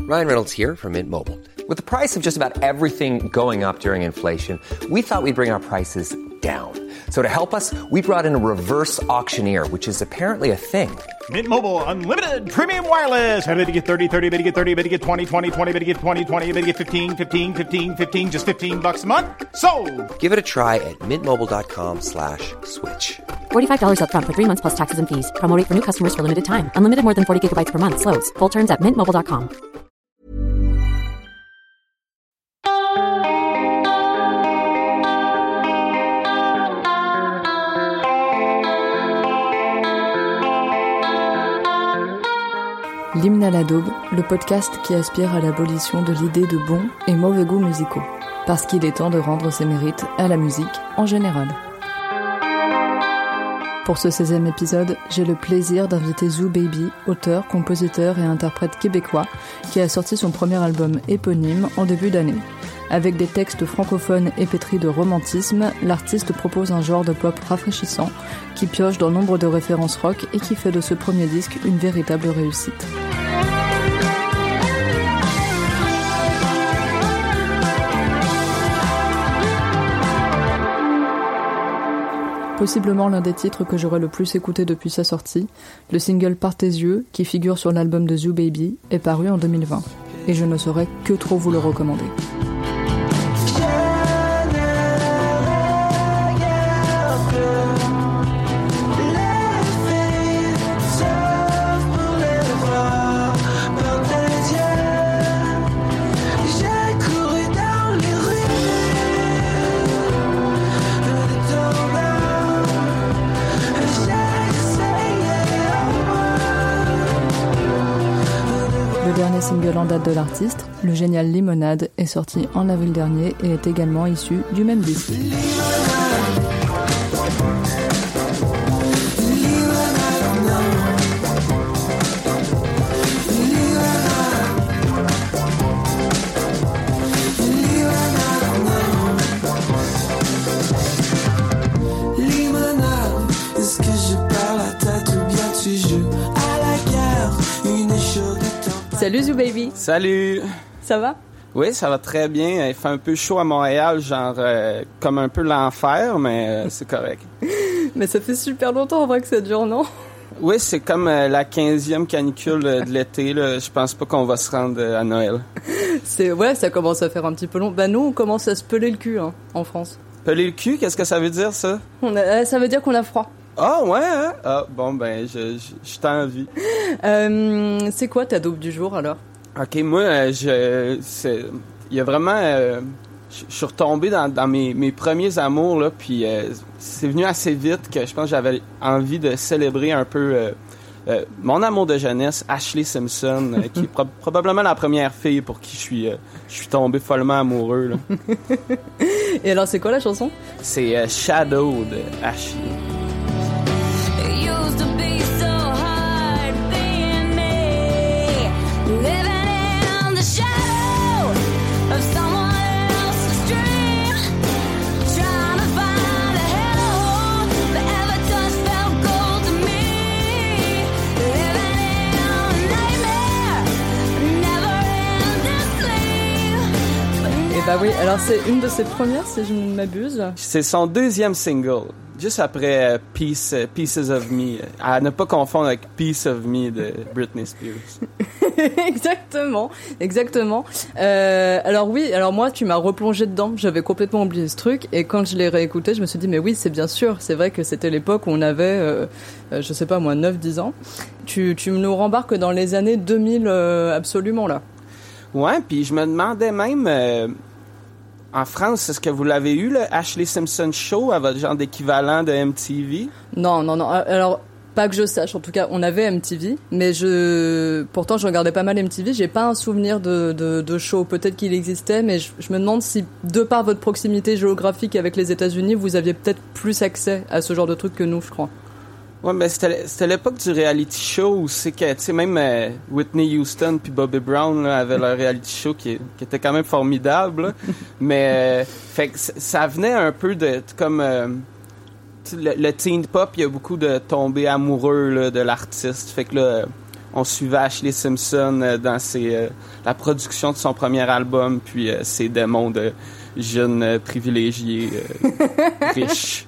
Ryan Reynolds here from Mint Mobile. With the price of just about everything going up during inflation, we thought we'd bring our prices down. So to help us, we brought in a reverse auctioneer, which is apparently a thing. Mint Mobile Unlimited Premium Wireless. How to get 30, 30, how to get 30, how to get 20, 20, 20, how to get 20, 20, how to get 15, 15, 15, 15, just $15 a month? Sold! Give it a try at mintmobile.com/switch. $45 up front for 3 months plus taxes and fees. Promo rate for new customers for limited time. Unlimited more than 40 gigabytes per month. Slows full terms at mintmobile.com. L'hymne à la daube, le podcast qui aspire à l'abolition de l'idée de bons et mauvais goûts musicaux. Parce qu'il est temps de rendre ses mérites à la musique en général. Pour ce 16e épisode, j'ai le plaisir d'inviter Zoo Baby, auteur, compositeur et interprète québécois, qui a sorti son premier album éponyme en début d'année. Avec des textes francophones épétris de romantisme, l'artiste propose un genre de pop rafraîchissant, qui pioche dans nombre de références rock et qui fait de ce premier disque une véritable réussite. Possiblement l'un des titres que j'aurais le plus écouté depuis sa sortie, le single Par tes yeux, qui figure sur l'album de Zoo Baby, est paru en 2020. Et je ne saurais que trop vous le recommander. Le dernier single en date de l'artiste, le génial Limonade, est sorti en avril dernier et est également issu du même disque. Salut Zoo Baby. Salut. Ça va? Oui, ça va très bien. Il fait un peu chaud à Montréal, genre comme un peu l'enfer, mais c'est correct. Mais ça fait super longtemps en vrai que ça dure, non? Oui, c'est comme la 15e canicule de l'été. Là. Je pense pas qu'on va se rendre à Noël. Ouais, ça commence à faire un petit peu long. Bah nous, on commence à se peler le cul en France. Peler le cul, qu'est-ce que ça veut dire, ça? Ça veut dire qu'on a froid. Ah ouais, hein? Ah bon, ben, je t'en envie. C'est quoi ta daube du jour, alors? OK, moi, il y a vraiment... je suis retombé dans mes premiers amours, là, puis c'est venu assez vite que je pense que j'avais envie de célébrer un peu mon amour de jeunesse, Ashlee Simpson, qui est probablement la première fille pour qui je suis tombé follement amoureux, là. Et alors, c'est quoi la chanson? C'est Shadow de Ashlee. Bah oui, alors c'est une de ses premières, si je ne m'abuse. C'est son deuxième single, juste après Pieces of Me, à ne pas confondre avec Piece of Me de Britney Spears. Exactement. Alors moi, tu m'as replongé dedans, j'avais complètement oublié ce truc, et quand je l'ai réécouté, je me suis dit, mais oui, c'est bien sûr, c'est vrai que c'était l'époque où on avait, je sais pas moi, 9-10 ans. Tu nous rembarques dans les années 2000 absolument, là. Ouais, puis je me demandais même... en France, est-ce que vous l'avez eu, le Ashlee Simpson Show, à votre genre d'équivalent de MTV? Non. Alors, pas que je sache. En tout cas, on avait MTV, mais pourtant, je regardais pas mal MTV. J'ai pas un souvenir de show. Peut-être qu'il existait, mais je me demande si, de par votre proximité géographique avec les États-Unis, vous aviez peut-être plus accès à ce genre de trucs que nous, je crois. Ouais, mais c'était l'époque du reality show où c'est que, tu sais, même Whitney Houston puis Bobby Brown là, avaient leur reality show qui était quand même formidable. Là. Mais fait que ça venait un peu de comme le teen pop, il y a beaucoup de tomber amoureux là, de l'artiste. Fait que là, on suivait Ashlee Simpson dans la production de son premier album, puis ses démons de jeunes privilégiés riches.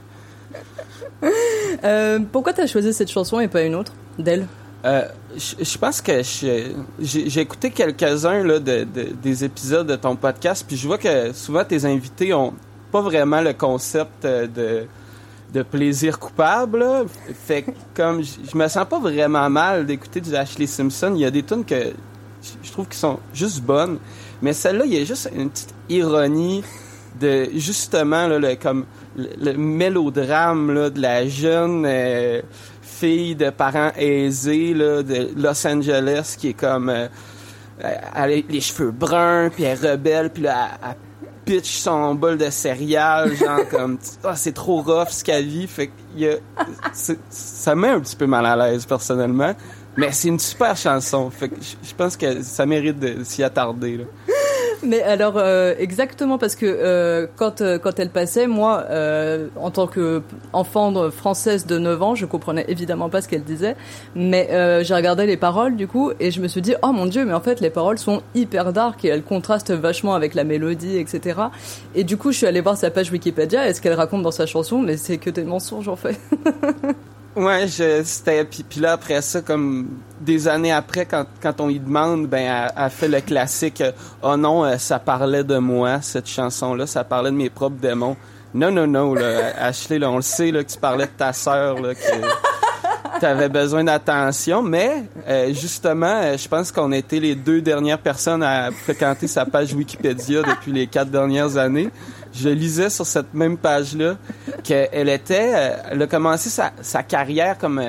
Pourquoi t'as choisi cette chanson et pas une autre d'elle? Je pense que j'ai écouté quelques-uns là, des épisodes de ton podcast, puis je vois que souvent tes invités ont pas vraiment le concept de plaisir coupable, là. Fait que comme je me sens pas vraiment mal d'écouter du Ashlee Simpson. Il y a des tunes que je trouve qui sont juste bonnes, mais celle-là, il y a juste une petite ironie de justement là, le mélodrame là, de la jeune fille de parents aisés là, de Los Angeles qui est comme elle a les cheveux bruns, puis elle est rebelle, puis là elle pitch son bol de céréales, genre comme c'est trop rough ce qu'elle vit. Fait que ça met un petit peu mal à l'aise personnellement, mais c'est une super chanson. Fait que je pense que ça mérite de s'y attarder là. Mais alors, exactement, parce que quand elle passait, moi, en tant qu'enfant française de 9 ans, je comprenais évidemment pas ce qu'elle disait, mais j'ai regardé les paroles, du coup, et je me suis dit, oh mon Dieu, mais en fait, les paroles sont hyper dark, et elles contrastent vachement avec la mélodie, etc. Et du coup, je suis allée voir sa page Wikipédia, et ce qu'elle raconte dans sa chanson, mais c'est que des mensonges, en fait. Ouais, c'était puis là après ça, comme des années après, quand on lui demande, ben elle fait le classique oh non, ça parlait de moi cette chanson-là, ça parlait de mes propres démons. Non là, Ashlee, là, on le sait là que tu parlais de ta sœur là, que t'avais besoin d'attention, mais justement, je pense qu'on a été les 2 dernières personnes à fréquenter sa page Wikipédia depuis les 4 dernières années. Je lisais sur cette même page-là qu'elle a commencé sa carrière comme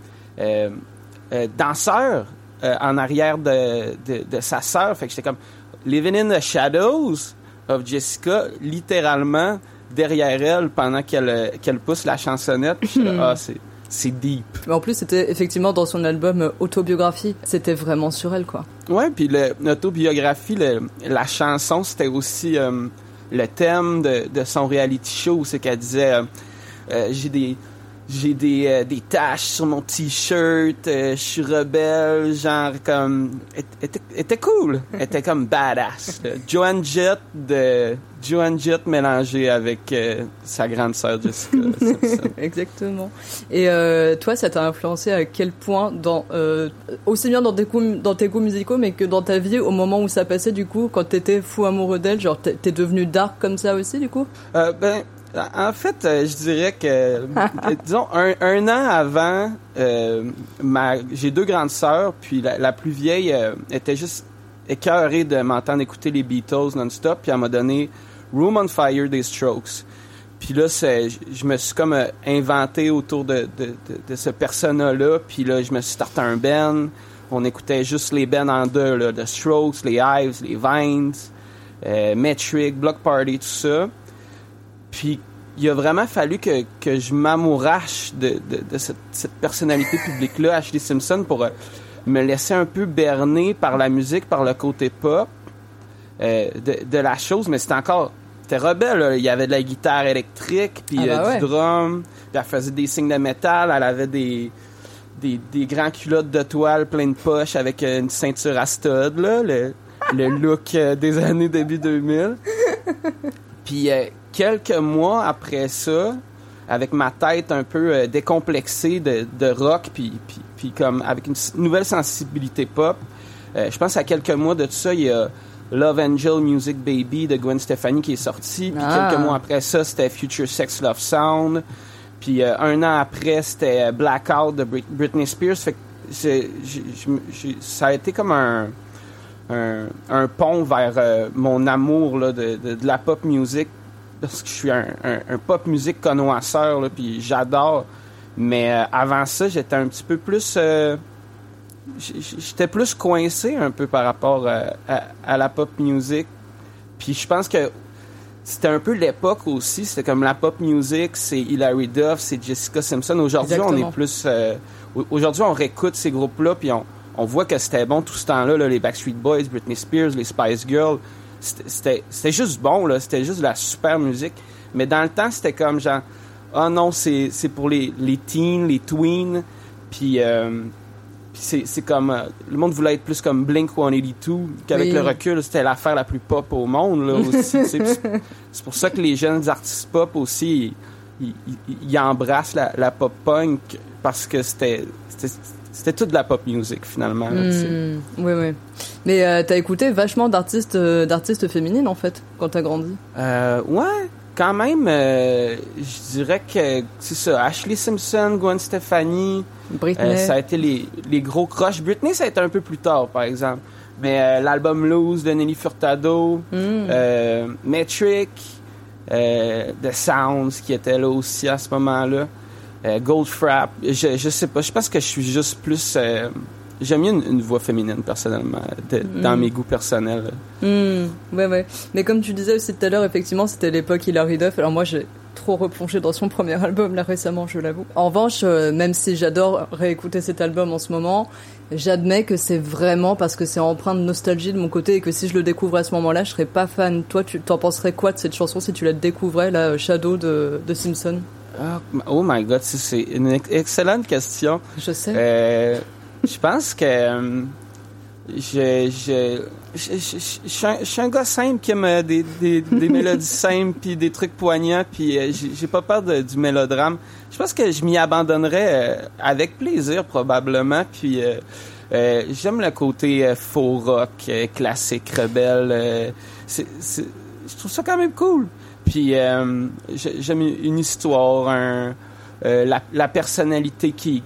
danseur en arrière de sa sœur. Fait que j'étais comme Living in the Shadows of Jessica, littéralement derrière elle pendant qu'elle pousse la chansonnette. Puis c'est deep. Mais en plus, c'était effectivement dans son album Autobiographie. C'était vraiment sur elle, quoi. Ouais, puis l'autobiographie, la chanson, c'était aussi le thème de son reality show, c'est qu'elle disait j'ai des taches sur mon t-shirt, je suis rebelle, genre comme était cool, était comme badass. Joan Jett mélangée avec sa grande sœur Jessica. Exactement. Et toi, ça t'a influencé à quel point aussi bien dans tes goûts musicaux, mais que dans ta vie au moment où ça passait, du coup, quand t'étais fou amoureux d'elle, genre t'es devenu dark comme ça aussi, du coup? En fait, je dirais que, disons, un an avant, j'ai 2 grandes sœurs, puis la plus vieille était juste écœurée de m'entendre écouter les Beatles non-stop, puis elle m'a donné Room on Fire des Strokes. Puis là, je me suis comme inventé autour de ce persona-là, puis là, je me suis starté un band. On écoutait juste les bands en 2, là, The Strokes, les Hives, les Vines, Metric, Block Party, tout ça. Puis il a vraiment fallu que je m'amourache de cette personnalité publique-là, Ashlee Simpson, pour me laisser un peu berner par la musique, par le côté pop de la chose. Mais c'était rebelle, là. Il y avait de la guitare électrique, puis du drum, puis elle faisait des signes de métal, elle avait des grands culottes de toile plein de poches avec une ceinture à stud, là, le look des années début 2000. Puis quelques mois après ça, avec ma tête un peu décomplexée de rock, puis comme avec une nouvelle sensibilité pop, je pense à quelques mois de tout ça, il y a Love Angel Music Baby de Gwen Stefani qui est sorti. Puis quelques mois après ça, c'était Future Sex Love Sound. Puis un an après, c'était Blackout de Britney Spears. Fait que ça a été comme un pont vers mon amour là, de la pop music, parce que je suis un pop music connoisseur, puis j'adore. Mais avant ça, j'étais un petit peu plus... j'étais plus coincé un peu par rapport à la pop music. Puis je pense que c'était un peu l'époque aussi. C'était comme la pop music, c'est Hilary Duff, c'est Jessica Simpson. Aujourd'hui, exactement. On est plus... aujourd'hui, on réécoute ces groupes-là, puis on voit que c'était bon tout ce temps-là, là, les Backstreet Boys, Britney Spears, les Spice Girls. C'était juste bon, là. C'était juste de la super musique. Mais dans le temps, c'était comme genre... Ah non, c'est pour les teens, les tweens. Puis Puis c'est comme... le monde voulait être plus comme Blink-182, qu'avec le recul, c'était l'affaire la plus pop au monde, là, aussi. C'est pour ça que les jeunes artistes pop aussi, ils embrassent la pop-punk, parce que c'était toute de la pop music, finalement. Là, oui. Mais t'as écouté vachement d'artistes féminines, en fait, quand t'as grandi? Ouais, quand même. Je dirais que c'est ça. Ashlee Simpson, Gwen Stefani... Britney. Ça a été les gros croches. Britney, ça a été un peu plus tard, par exemple. Mais l'album Loose de Nelly Furtado, Metric, The Sounds, qui était là aussi à ce moment-là, Goldfrapp, je sais pas. Je pense que je suis juste plus... j'aime mieux une voix féminine, personnellement, dans mes goûts personnels. Ouais. Mais comme tu disais aussi tout à l'heure, effectivement, c'était l'époque Hilary Duff. Alors moi, j'ai trop replongé dans son premier album, là, récemment, je l'avoue. En revanche, même si j'adore réécouter cet album en ce moment, j'admets que c'est vraiment parce que c'est empreint de nostalgie de mon côté et que si je le découvrais à ce moment-là, je serais pas fan. Toi, tu t'en penserais quoi de cette chanson si tu la découvrais, là, Shadow de Simpson? Oh my God, c'est une excellente question. Je sais. Je pense que je suis un gars simple qui aime des mélodies simples puis des trucs poignants, puis j'ai pas peur du mélodrame. Je pense que je m'y abandonnerais avec plaisir, probablement, puis j'aime le côté faux rock, classique, rebelle. Je trouve ça quand même cool. Puis j'aime une histoire, la personnalité qui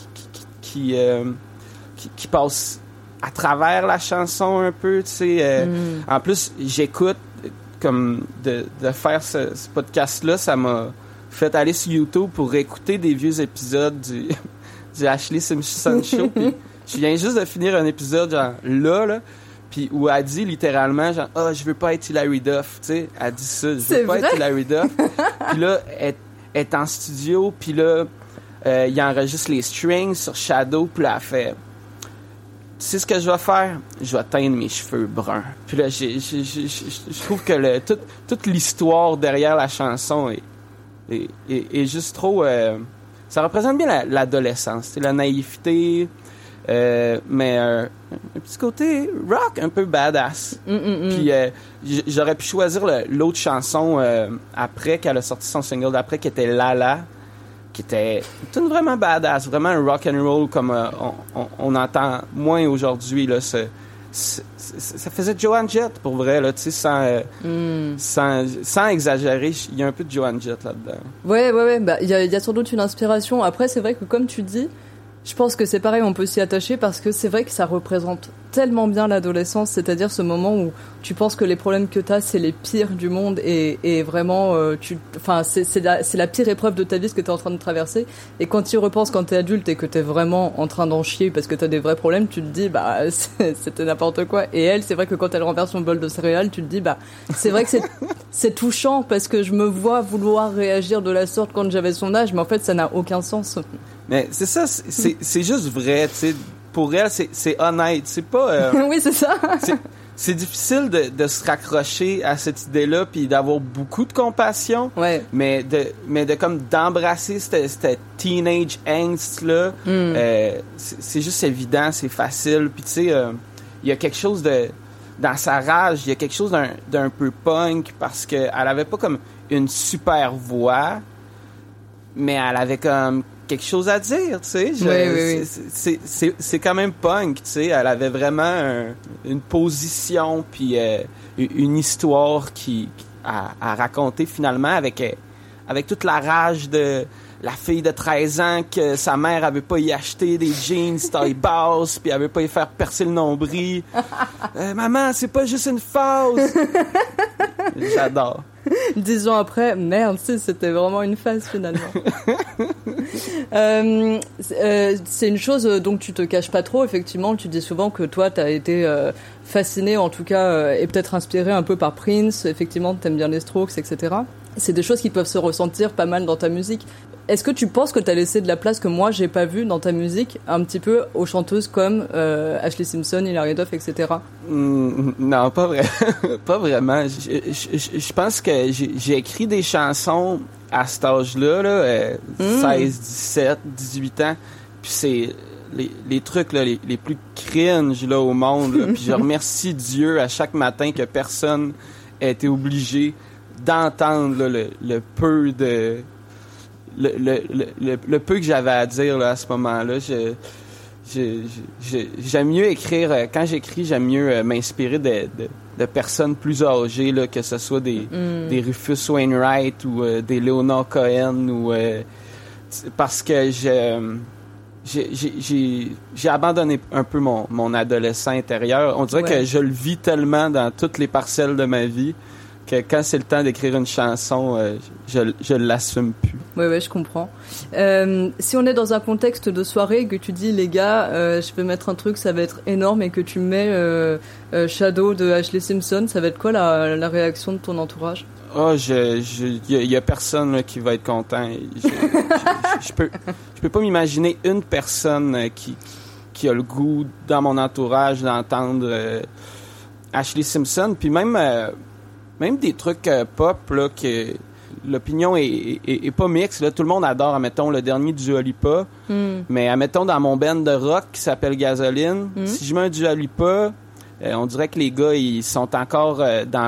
passe à travers la chanson un peu, tu sais. En plus, j'écoute, comme de faire ce podcast-là, ça m'a fait aller sur YouTube pour écouter des vieux épisodes du Ashlee Simpson Show. Puis je viens juste de finir un épisode, genre, là, puis où elle dit littéralement, genre, je veux pas être Hilary Duff, tu sais. Elle dit ça, je veux pas être Hilary Duff. Puis là, elle est en studio, puis là, il enregistre les strings sur Shadow, puis là, elle fait... Tu sais ce que je vais faire? Je vais teindre mes cheveux bruns. Puis là, je trouve que toute l'histoire derrière la chanson est juste trop... ça représente bien l'adolescence, la naïveté, mais un petit côté rock, un peu badass. Puis j'aurais pu choisir l'autre chanson après, qu'elle a sorti son single d'après, qui était Lala, qui était tout vraiment badass, vraiment un rock and roll comme on entend moins aujourd'hui, là. Ça faisait Joan Jett, pour vrai, là, tu sais, sans exagérer. Il y a un peu de Joan Jett là-dedans. Ouais. Bah, il y a sans doute une inspiration. Après, c'est vrai que comme tu dis, je pense que c'est pareil, on peut s'y attacher parce que c'est vrai que ça représente tellement bien l'adolescence, c'est-à-dire ce moment où tu penses que les problèmes que t'as, c'est les pires du monde et vraiment, c'est la pire épreuve de ta vie, ce que t'es en train de traverser. Et quand tu y repenses, quand t'es adulte et que t'es vraiment en train d'en chier parce que t'as des vrais problèmes, tu te dis, bah, c'était n'importe quoi. Et elle, c'est vrai que quand elle renverse son bol de céréales, tu te dis, bah, c'est vrai que c'est touchant parce que je me vois vouloir réagir de la sorte quand j'avais son âge, mais en fait, ça n'a aucun sens. Mais c'est ça, c'est juste vrai, tu sais. Pour elle, c'est honnête. C'est pas... oui, c'est ça. C'est difficile de se raccrocher à cette idée-là puis d'avoir beaucoup de compassion. Ouais. Mais comme d'embrasser cette teenage angst-là, c'est juste évident, c'est facile. Puis tu sais, il y a quelque chose dans sa rage, il y a quelque chose d'un peu punk parce qu'elle avait pas comme une super voix, mais elle avait comme quelque chose à dire, tu sais. Oui. C'est quand même punk, tu sais. Elle avait vraiment une position puis une histoire à raconter finalement avec toute la rage de la fille de 13 ans que sa mère avait pas y acheter des jeans taille basse puis elle avait pas y faire percer le nombril. Maman, c'est pas juste une phase. J'adore. 10 ans après, merde, c'était vraiment une phase finalement. C'est une chose dont tu te caches pas trop, effectivement. Tu dis souvent que toi, t'as été fasciné, en tout cas, et peut-être inspiré un peu par Prince. Effectivement, t'aimes bien les Strokes, etc. C'est des choses qui peuvent se ressentir pas mal dans ta musique. Est-ce que tu penses que t'as laissé de la place que moi j'ai pas vue dans ta musique, un petit peu aux chanteuses comme Ashlee Simpson, Hilary Duff, etc. Non, pas vrai. Pas vraiment. Je pense que j'ai écrit des chansons à cet âge-là, 16, 17, 18 ans, puis c'est les trucs là, les plus cringe là au monde. Là. Puis je remercie Dieu à chaque matin que personne ait été obligé d'entendre là, le peu de le peu que j'avais à dire là, à ce moment-là. J'aime mieux écrire quand j'écris, j'aime mieux m'inspirer de personnes plus âgées là, que ce soit des Rufus Wainwright ou des Leonard Cohen ou parce que j'ai abandonné un peu mon adolescent intérieur. On dirait que je le vis tellement dans toutes les parcelles de ma vie que quand c'est le temps d'écrire une chanson, je l'assume plus. Ouais, je comprends. Si on est dans un contexte de soirée, que tu dis, les gars, je vais mettre un truc, ça va être énorme, et que tu mets Shadow de Ashlee Simpson, ça va être quoi la réaction de ton entourage? Oh, y a personne là, qui va être content. Je peux pas m'imaginer une personne qui a le goût dans mon entourage d'entendre Ashlee Simpson, puis même des trucs pop là que l'opinion est pas mixte là. Tout le monde adore, admettons, le dernier du Dua Lipa, mais admettons dans mon band de rock qui s'appelle Gasoline, si je mets un Dua Lipa, on dirait que les gars ils sont encore dans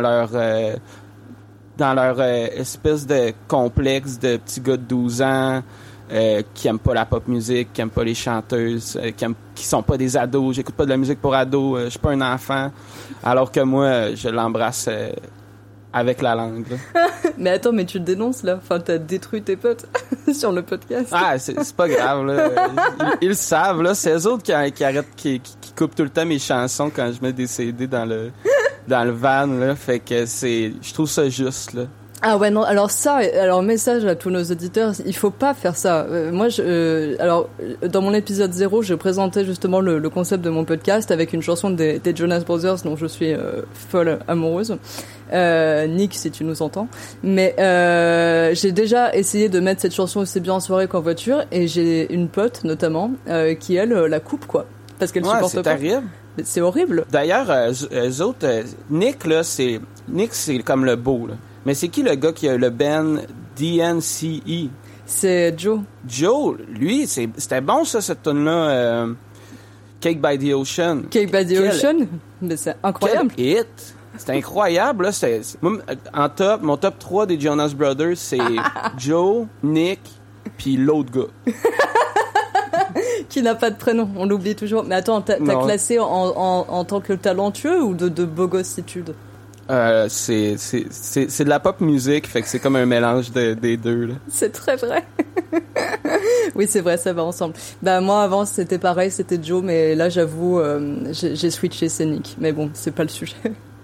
leur espèce de complexe de petits gars de 12 ans qui aiment pas la pop musique, qui aiment pas les chanteuses, qui sont pas des ados. J'écoute pas de la musique pour ados, je suis pas un enfant, alors que moi je l'embrasse avec la langue. Mais attends, mais tu te dénonces là? Enfin, t'as détruit tes potes sur le podcast. Ah, c'est pas grave là. Ils le savent là. C'est eux autres qui coupent tout le temps mes chansons quand je mets des CD dans le van là. Fait que je trouve ça juste là. Ah ouais, non, alors message à tous nos auditeurs, il faut pas faire ça. Moi, alors, dans mon épisode 0, je présentais justement le concept de mon podcast avec une chanson des Jonas Brothers dont je suis folle amoureuse. Nick, si tu nous entends. Mais j'ai déjà essayé de mettre cette chanson aussi bien en soirée qu'en voiture, et j'ai une pote, notamment, qui, elle, la coupe, quoi. Parce qu'elle supporte pas. C'est terrible. C'est horrible. D'ailleurs, eux autres, Nick, là, c'est comme le beau, là. Mais c'est qui le gars qui a le band DNCE? C'est Joe. Joe, lui, c'était bon ça, cette tune-là. Cake by the Ocean. Cake by the Ocean? Mais c'est incroyable. Quel hit! C'est incroyable, là. Mon top 3 des Jonas Brothers, c'est Joe, Nick, puis l'autre gars. Qui n'a pas de prénom, on l'oublie toujours. Mais attends, t'as classé en tant que talentueux ou de bogossitude? C'est de la pop musique, fait que c'est comme un mélange des deux, là. C'est très vrai. Oui, c'est vrai, ça va ensemble. Bah, moi, avant, c'était pareil, c'était Joe, mais là, j'avoue, j'ai switché, c'est Nick. Mais bon, c'est pas le sujet.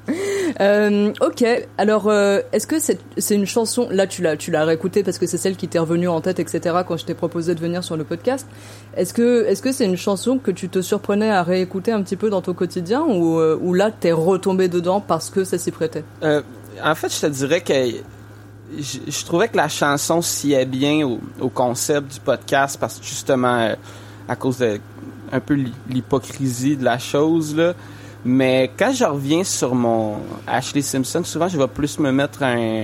Ok, alors est-ce que c'est une chanson, là tu l'as réécoutée parce que c'est celle qui t'est revenue en tête, etc., quand je t'ai proposé de venir sur le podcast. Est-ce que c'est une chanson que tu te surprenais à réécouter un petit peu dans ton quotidien, ou là t'es retombé dedans parce que ça s'y prêtait? En fait, je te dirais que je trouvais que la chanson sied bien au concept du podcast, parce que justement à cause de un peu l'hypocrisie de la chose là. Mais quand je reviens sur mon Ashlee Simpson, souvent je vais plus me mettre un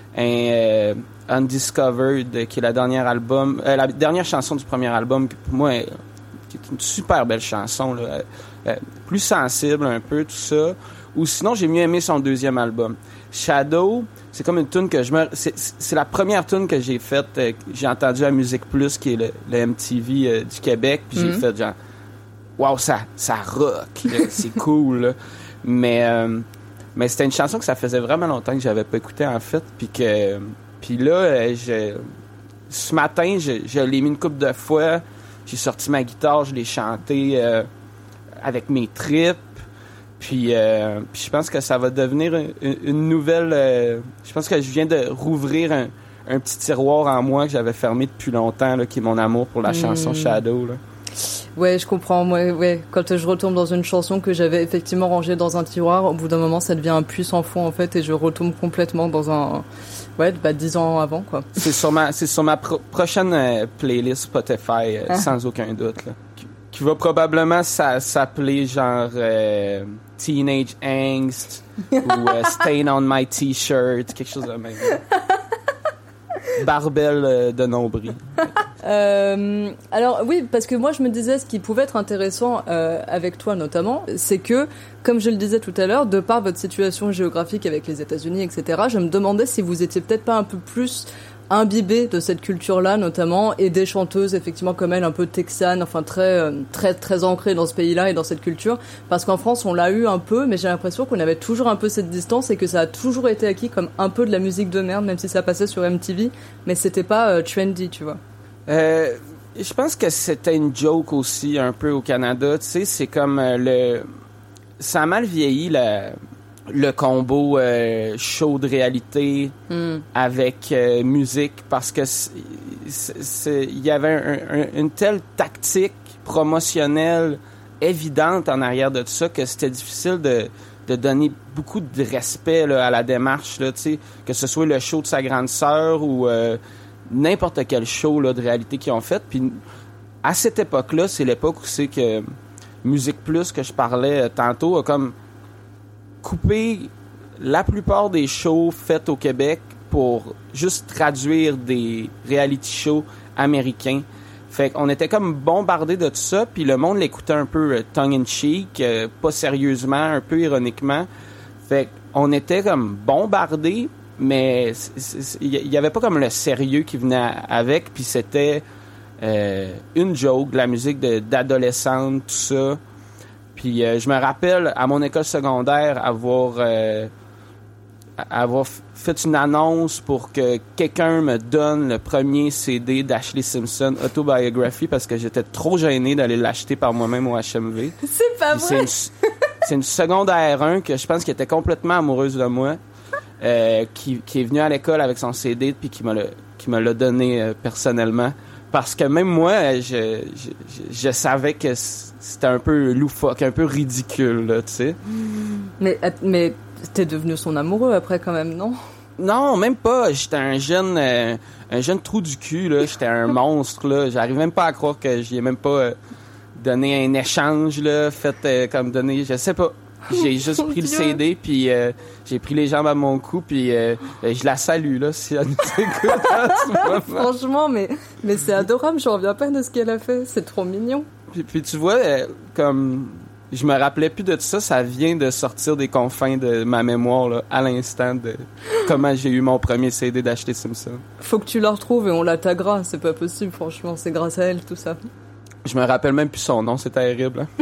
Undiscovered, qui est la dernière chanson du premier album, qui pour moi est une super belle chanson, là, plus sensible un peu, tout ça. Ou sinon, j'ai mieux aimé son deuxième album. Shadow, c'est comme une tune que c'est la première tune que j'ai faite, j'ai entendu à Musique Plus, qui est le MTV du Québec, puis j'ai fait genre wow, ça rock, là, c'est cool, là. Mais c'était une chanson que ça faisait vraiment longtemps que j'avais pas écouté, en fait, puis là, ce matin, je l'ai mis une couple de fois, j'ai sorti ma guitare, je l'ai chanté avec mes tripes, puis je pense que ça va devenir une nouvelle... je pense que je viens de rouvrir un petit tiroir en moi que j'avais fermé depuis longtemps, là, qui est mon amour pour la chanson Shadow, là. Ouais, je comprends. Moi, ouais, quand je retombe dans une chanson que j'avais effectivement rangée dans un tiroir, au bout d'un moment, ça devient un puits sans fond, en fait, et je retombe complètement dans un... Ouais, 10 ans avant, quoi. C'est sur ma prochaine playlist Spotify, sans aucun doute, là. Qui va probablement s'appeler genre Teenage Angst ou Stain on My T-shirt, quelque chose de même. Barbelle de nombril. Alors oui, parce que moi je me disais ce qui pouvait être intéressant avec toi notamment, c'est que, comme je le disais tout à l'heure, de par votre situation géographique avec les États-Unis, etc., je me demandais si vous étiez peut-être pas un peu plus imbibé de cette culture-là notamment, et des chanteuses effectivement comme elle, un peu texanes, enfin très ancrées dans ce pays-là et dans cette culture, parce qu'en France on l'a eu un peu, mais j'ai l'impression qu'on avait toujours un peu cette distance et que ça a toujours été acquis comme un peu de la musique de merde, même si ça passait sur MTV, mais c'était pas trendy, tu vois. Je pense que c'était une joke aussi un peu au Canada, tu sais, c'est comme ça a mal vieilli le combo show de réalité avec musique, parce que il y avait une telle tactique promotionnelle évidente en arrière de tout ça que c'était difficile de donner beaucoup de respect là, à la démarche, là, tu sais, que ce soit le show de sa grande sœur ou n'importe quel show là, de réalité qu'ils ont fait. Puis à cette époque-là, c'est l'époque où c'est que Musique Plus, que je parlais tantôt, a comme coupé la plupart des shows faits au Québec pour juste traduire des reality shows américains. Fait qu'on était comme bombardé de tout ça, puis le monde l'écoutait un peu tongue-in-cheek, pas sérieusement, un peu ironiquement. Fait qu'on était comme bombardé, mais il y avait pas comme le sérieux qui venait avec, puis c'était une joke, de la musique d'adolescente, tout ça. Puis je me rappelle, à mon école secondaire, avoir fait une annonce pour que quelqu'un me donne le premier CD d'Ashley Simpson, Autobiography, parce que j'étais trop gêné d'aller l'acheter par moi-même au HMV. C'est pas vrai! C'est une secondaire 1 que je pense qu'elle était complètement amoureuse de moi, qui est venue à l'école avec son CD, puis qui me l'a donné personnellement. Parce que même moi, je savais que c'était un peu loufoque, un peu ridicule, là, tu sais. Mais t'es devenu son amoureux après quand même, non? Non, même pas. J'étais un jeune trou du cul, là. J'étais un monstre, là. J'arrive même pas à croire que j'y ai même pas donné un échange, là, fait comme donner, je sais pas. J'ai juste pris le CD, puis j'ai pris les jambes à mon cou, puis je la salue, là, si elle nous écoute en ce moment. Franchement, mais c'est adorable, je reviens pas de ce qu'elle a fait, c'est trop mignon. Puis tu vois, comme je me rappelais plus de tout ça, ça vient de sortir des confins de ma mémoire, là, à l'instant de comment j'ai eu mon premier CD d'Ashley Simpson. Faut que tu la retrouves et on la taguera, c'est pas possible, franchement, c'est grâce à elle, tout ça. Je me rappelle même plus son nom, c'est terrible, hein.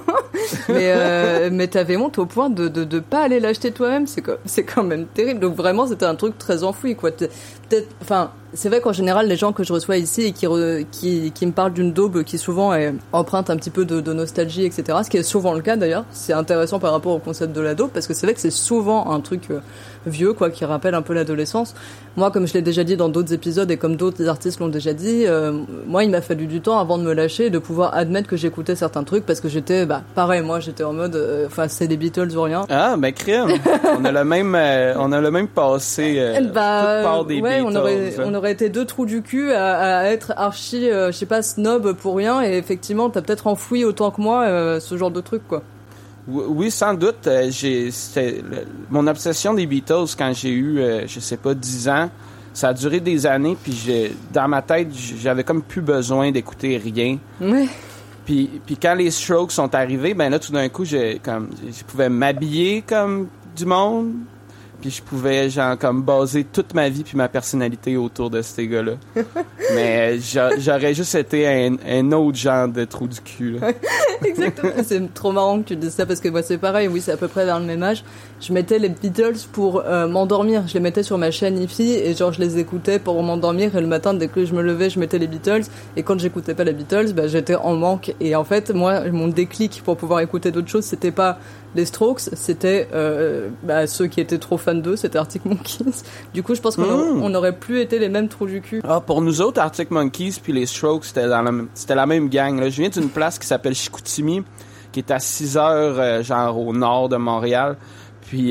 Mais t'avais honte au point de pas aller l'acheter toi-même, c'est quand même terrible. Donc vraiment, c'était un truc très enfoui, quoi. Peut-être, enfin, c'est vrai qu'en général, les gens que je reçois ici et qui me parlent d'une daube qui souvent emprunte un petit peu de nostalgie, etc. Ce qui est souvent le cas d'ailleurs. C'est intéressant par rapport au concept de la daube parce que c'est vrai que c'est souvent un truc vieux, quoi, qui rappelle un peu l'adolescence. Moi, comme je l'ai déjà dit dans d'autres épisodes et comme d'autres artistes l'ont déjà dit, moi, il m'a fallu du temps avant de me lâcher et de pouvoir admettre que j'écoutais certains trucs parce que j'étais, pareil, moi, j'étais en mode, c'est les Beatles ou rien. Ah, ben crème. on a le même passé. Toute part des Beatles. On aurait été deux trous du cul à être archi, je sais pas, snob pour rien, et effectivement, t'as peut-être enfoui autant que moi ce genre de truc, quoi. Oui, sans doute. Mon obsession des Beatles quand j'ai eu, je sais pas, 10 ans, ça a duré des années, puis dans ma tête, j'avais comme plus besoin d'écouter rien. Oui. Puis quand les Strokes sont arrivés, ben là, tout d'un coup, je pouvais m'habiller comme du monde, puis je pouvais, genre, comme baser toute ma vie puis ma personnalité autour de ces gars-là. Mais j'aurais juste été un autre genre de trou du cul, là. Exactement. C'est trop marrant que tu dises ça parce que moi, c'est pareil. Oui, c'est à peu près vers le même âge. Je mettais les Beatles pour m'endormir. Je les mettais sur ma chaîne hi-fi et genre, je les écoutais pour m'endormir. Et le matin, dès que je me levais, je mettais les Beatles. Et quand j'écoutais pas les Beatles, j'étais en manque. Et en fait, moi, mon déclic pour pouvoir écouter d'autres choses, c'était pas les Strokes, c'était ceux qui étaient trop fans d'eux, c'était Arctic Monkeys. Du coup, je pense qu'on aurait plus été les mêmes trous du cul. Ah, pour nous autres, Arctic Monkeys puis les Strokes, c'était la même gang, là. Je viens d'une place qui s'appelle Chicoutimi, qui est à 6 heures, genre au nord de Montréal. Puis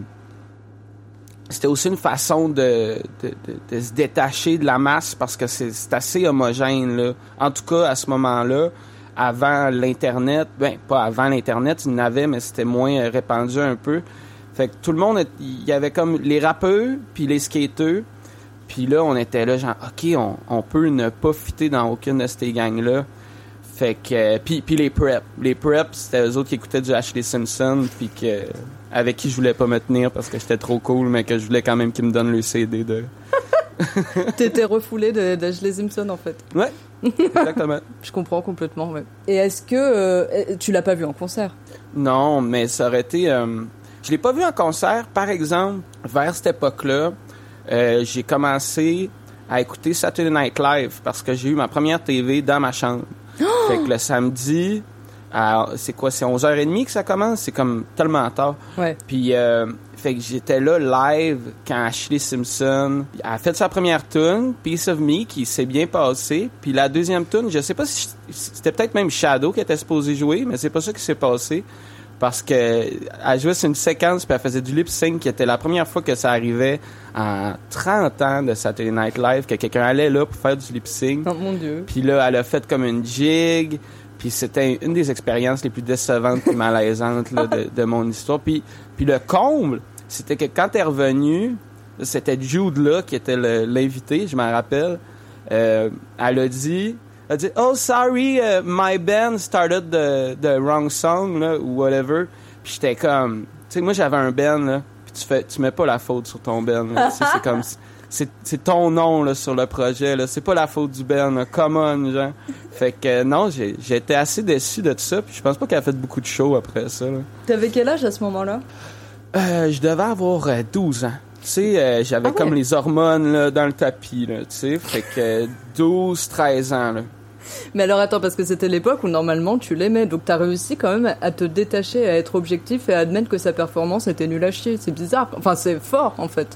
c'était aussi une façon de se détacher de la masse parce que c'est assez homogène, là. En tout cas, à ce moment-là, avant l'Internet, pas avant l'Internet, il y en avait, mais c'était moins répandu un peu. Fait que tout le monde, il y avait comme les rappeurs, puis les skateurs, Puis là, on était là, genre, OK, on peut ne pas fitter dans aucune de ces gangs-là. Fait que... Puis les Preps. Les Preps, c'était eux autres qui écoutaient du Ashlee Simpson, puis avec qui je voulais pas me tenir parce que j'étais trop cool, mais que je voulais quand même qu'ils me donnent le CD de... T'étais refoulé d'Ashlee Simpson, en fait. Ouais, exactement. Je comprends complètement, ouais. Et est-ce que tu l'as pas vu en concert? Non, mais ça aurait été... je l'ai pas vu en concert. Par exemple, vers cette époque-là, j'ai commencé à écouter Saturday Night Live parce que j'ai eu ma première TV dans ma chambre. Fait que le samedi, c'est 11h30 que ça commence? C'est comme tellement tard. Ouais. Puis, fait que j'étais là live quand Ashlee Simpson a fait sa première tune, Piece of Me, qui s'est bien passée. Puis la deuxième tune, je sais pas si c'était peut-être même Shadow qui était supposé jouer, mais c'est pas ça qui s'est passé. Parce que elle jouait sur une séquence puis elle faisait du lip-sync qui était la première fois que ça arrivait en 30 ans de Saturday Night Live que quelqu'un allait là pour faire du lip-sync. Oh mon Dieu. Puis là, elle a fait comme une jig. Puis c'était une des expériences les plus décevantes et malaisantes là, de mon histoire. Puis le comble, c'était que quand elle est revenue, c'était Jude là qui était l'invité, je m'en rappelle. Elle a dit... Elle dit, oh, sorry, my band started the wrong song, là, ou whatever. Puis j'étais comme, tu sais, moi, j'avais un band, là, puis tu mets pas la faute sur ton band, là. C'est comme, c'est ton nom, là, sur le projet, là. C'est pas la faute du band, là. Come on, genre. Fait que, non, j'ai été assez déçu de tout ça, puis je pense pas qu'elle a fait beaucoup de shows après ça, là. T'avais quel âge à ce moment-là? Je devais avoir 12 ans. Tu sais, j'avais comme les hormones, là, dans le tapis, là, tu sais. Fait que 12, 13 ans, là. Mais alors attends, parce que c'était l'époque où normalement tu l'aimais, donc t'as réussi quand même à te détacher, à être objectif et à admettre que sa performance était nulle à chier. C'est bizarre, enfin c'est fort en fait.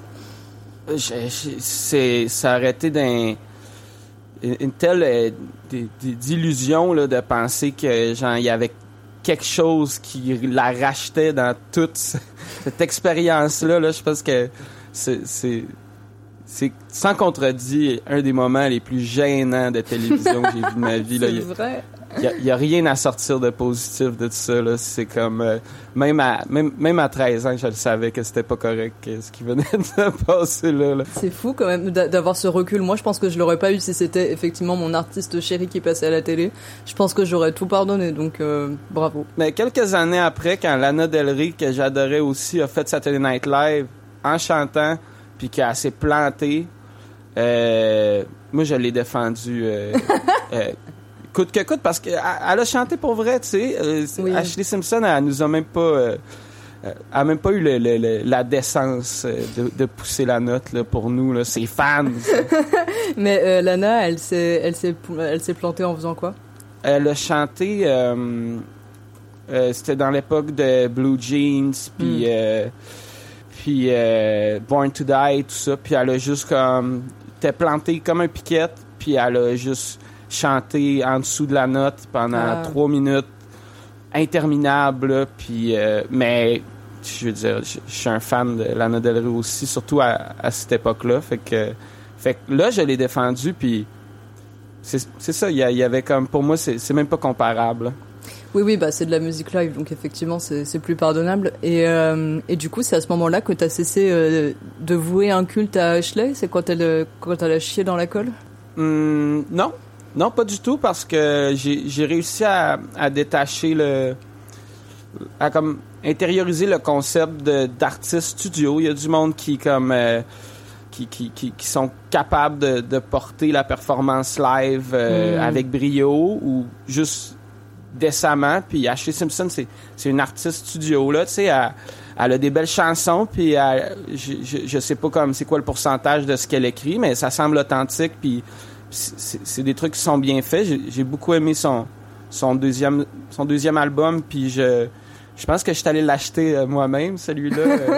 Ça aurait été une telle d'illusion là, de penser que genre il y avait quelque chose qui la rachetait dans toute cette expérience-là. Là, je pense que c'est sans contredit un des moments les plus gênants de télévision que j'ai vu de ma vie. C'est vrai. Il y a rien à sortir de positif de tout ça. Là. C'est comme... même à 13 ans, je le savais que c'était pas correct ce qui venait de se passer là. C'est fou quand même d'avoir ce recul. Moi, je pense que je l'aurais pas eu si c'était effectivement mon artiste chéri qui passait à la télé. Je pense que j'aurais tout pardonné, donc bravo. Mais quelques années après, quand Lana Del Rey, que j'adorais aussi, a fait Saturday Night Live en chantant... puis qu'elle s'est plantée. Moi, je l'ai défendue coûte que coûte, parce qu'elle a chanté pour vrai, tu sais. Oui. Ashlee Simpson, elle nous a même pas... a même pas eu la décence de pousser la note là, pour nous, là, ses fans. Mais Lana, elle s'est plantée en faisant quoi? Elle a chanté... c'était dans l'époque de Blue Jeans, puis... puis Born to Die, tout ça, puis elle a juste comme... T'es plantée comme un piquette, puis elle a juste chanté en dessous de la note pendant 3 minutes, interminable, puis... mais, je veux dire, je suis un fan de Lana Del Rey aussi, surtout à cette époque-là, fait que là, je l'ai défendu, puis c'est ça, il y avait comme... Pour moi, c'est même pas comparable. Oui, bah c'est de la musique live, donc effectivement c'est plus pardonnable. Et du coup, c'est à ce moment-là que t'as cessé de vouer un culte à Ashlee? C'est quand elle a chié dans la colle? Non, pas du tout, parce que j'ai réussi à détacher à comme intérioriser le concept d'artiste studio. Il y a du monde qui comme qui sont capables de porter la performance live avec brio ou juste décemment. Puis Ashlee Simpson, c'est une artiste studio, là, tu sais, elle a des belles chansons, puis je sais pas comme c'est quoi le pourcentage de ce qu'elle écrit, mais ça semble authentique, puis c'est des trucs qui sont bien faits. J'ai beaucoup aimé son deuxième album, puis je pense que je suis allé l'acheter moi-même, celui-là.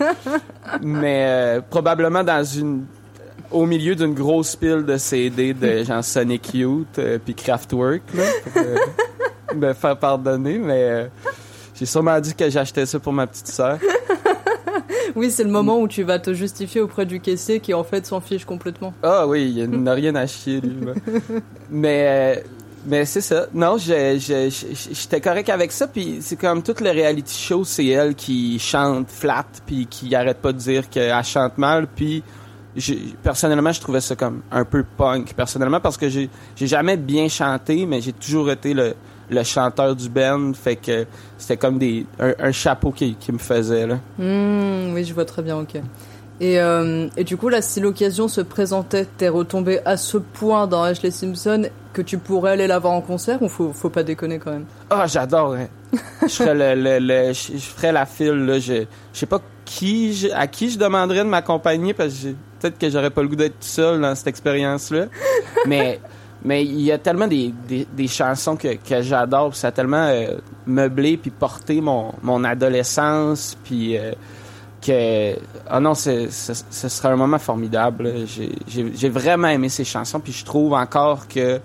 Mais probablement au milieu d'une grosse pile de CD de genre Sonic Youth puis Kraftwerk, là, pour me faire pardonner, mais j'ai sûrement dit que j'achetais ça pour ma petite sœur. Oui, c'est le moment où tu vas te justifier auprès du caissier qui en fait s'en fiche complètement. Ah oui, il n'a rien à chier, lui. Mais c'est ça. Non, j'étais correct avec ça, puis c'est comme tout le reality show, c'est elle qui chante flat, puis qui arrête pas de dire qu'elle chante mal, puis personnellement, je trouvais ça comme un peu punk, personnellement, parce que j'ai jamais bien chanté, mais j'ai toujours été le chanteur du band, fait que c'était comme un chapeau qui me faisait, là. Oui, je vois très bien, ok. Et du coup, là, si l'occasion se présentait, t'es retombé à ce point dans Ashlee Simpson que tu pourrais aller la voir en concert, ou faut pas déconner quand même? Ah, j'adore, hein. Je ferais je ferais la file, là. Je sais pas à qui je demanderais de m'accompagner, parce que peut-être que j'aurais pas le goût d'être tout seul dans cette expérience-là. Mais il y a tellement des chansons que j'adore, puis ça a tellement meublé puis porté mon adolescence, puis que non, ce serait un moment formidable, là. J'ai vraiment aimé ces chansons, puis je trouve encore qu'elle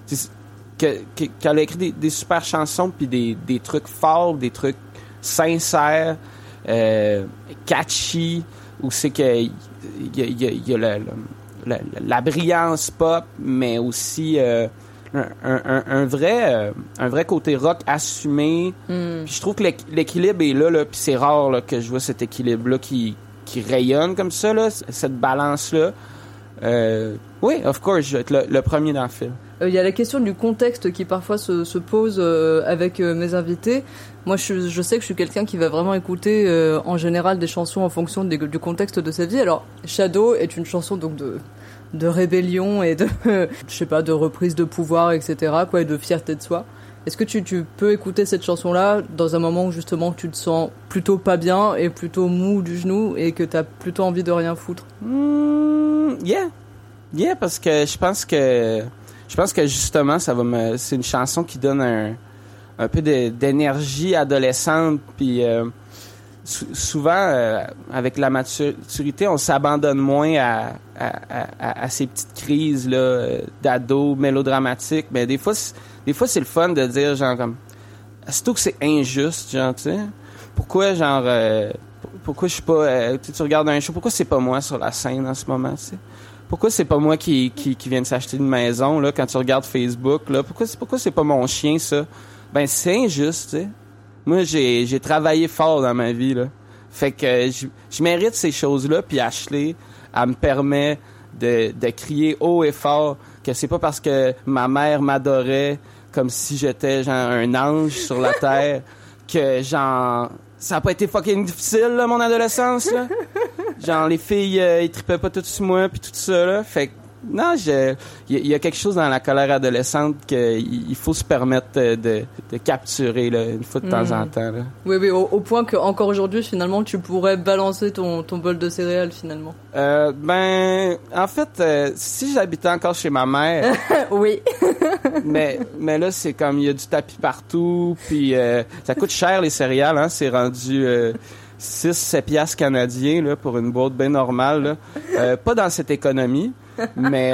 a écrit des super chansons, puis des trucs forts, des trucs sincères, catchy, où c'est que il y a la brillance pop, mais aussi un vrai côté rock assumé. Puis je trouve que l'équilibre est là, puis c'est rare là, que je vois cet équilibre-là qui rayonne comme ça, là, cette balance-là. Oui, of course, je vais être le premier dans le film. Il y a la question du contexte qui parfois se pose avec mes invités. Moi, je sais que je suis quelqu'un qui va vraiment écouter en général des chansons en fonction du contexte de sa vie. Alors, Shadow est une chanson donc de rébellion et de je sais pas, de reprise de pouvoir, etc., quoi, et de fierté de soi. Est-ce que tu peux écouter cette chanson-là dans un moment où justement tu te sens plutôt pas bien et plutôt mou du genou et que t'as plutôt envie de rien foutre? Yeah, parce que je pense que justement c'est une chanson qui donne un peu d'énergie adolescente, puis souvent avec la maturité on s'abandonne moins à ces petites crises là d'ado mélodramatiques, mais des fois c'est le fun de dire genre comme surtout que c'est injuste, genre, tu sais, pourquoi genre pourquoi je suis pas tu regardes un show, pourquoi c'est pas moi sur la scène en ce moment, tu sais? Pourquoi c'est pas moi qui viens de s'acheter une maison, là, quand tu regardes Facebook, là? Pourquoi c'est pas mon chien, ça? Ben, c'est injuste, tu sais. Moi, j'ai travaillé fort dans ma vie, là. Fait que je mérite ces choses-là, puis Ashlee, elle me permet de crier haut et fort que c'est pas parce que ma mère m'adorait comme si j'étais, genre, un ange sur la terre que, genre, ça a pas été fucking difficile, là, mon adolescence, là. Genre, les filles, ils tripaient pas tout sur moi, puis tout ça, là. Fait que, non, il y a quelque chose dans la colère adolescente qu'il faut se permettre de capturer, là, une fois de temps en temps, là. Oui, au point que encore aujourd'hui, finalement, tu pourrais balancer ton bol de céréales, finalement. Ben, en fait, si j'habitais encore chez ma mère... Oui. mais là, c'est comme, il y a du tapis partout, puis ça coûte cher, les céréales, hein. C'est rendu... 6-7 piastres canadiens là, pour une boîte bien normale. Là. Pas dans cette économie, mais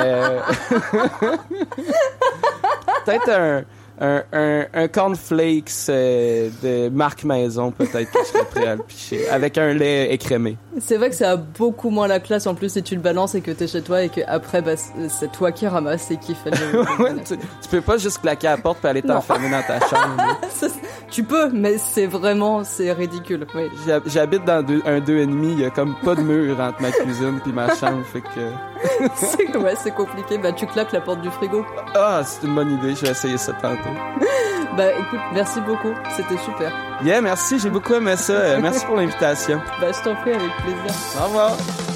peut-être un cornflakes de marque maison, peut-être que je serais prêt à le picher, avec un lait écrémé. C'est vrai que ça a beaucoup moins la classe en plus si tu le balances et que t'es chez toi et qu'après bah, c'est toi qui ramasses et qui fait le... Ouais, tu peux pas juste claquer à la porte et aller t'enfermer dans ta chambre. Tu peux, mais c'est ridicule. Oui. J'habite dans un 2,5, il y a comme pas de mur entre ma cuisine puis ma chambre, fait que... c'est compliqué, bah tu claques la porte du frigo. Ah, c'est une bonne idée, je vais essayer ça tantôt. Bah écoute, merci beaucoup, c'était super. Yeah, merci, j'ai beaucoup aimé ça. Merci pour l'invitation. Bah je t'en prie, avec plaisir. Au revoir.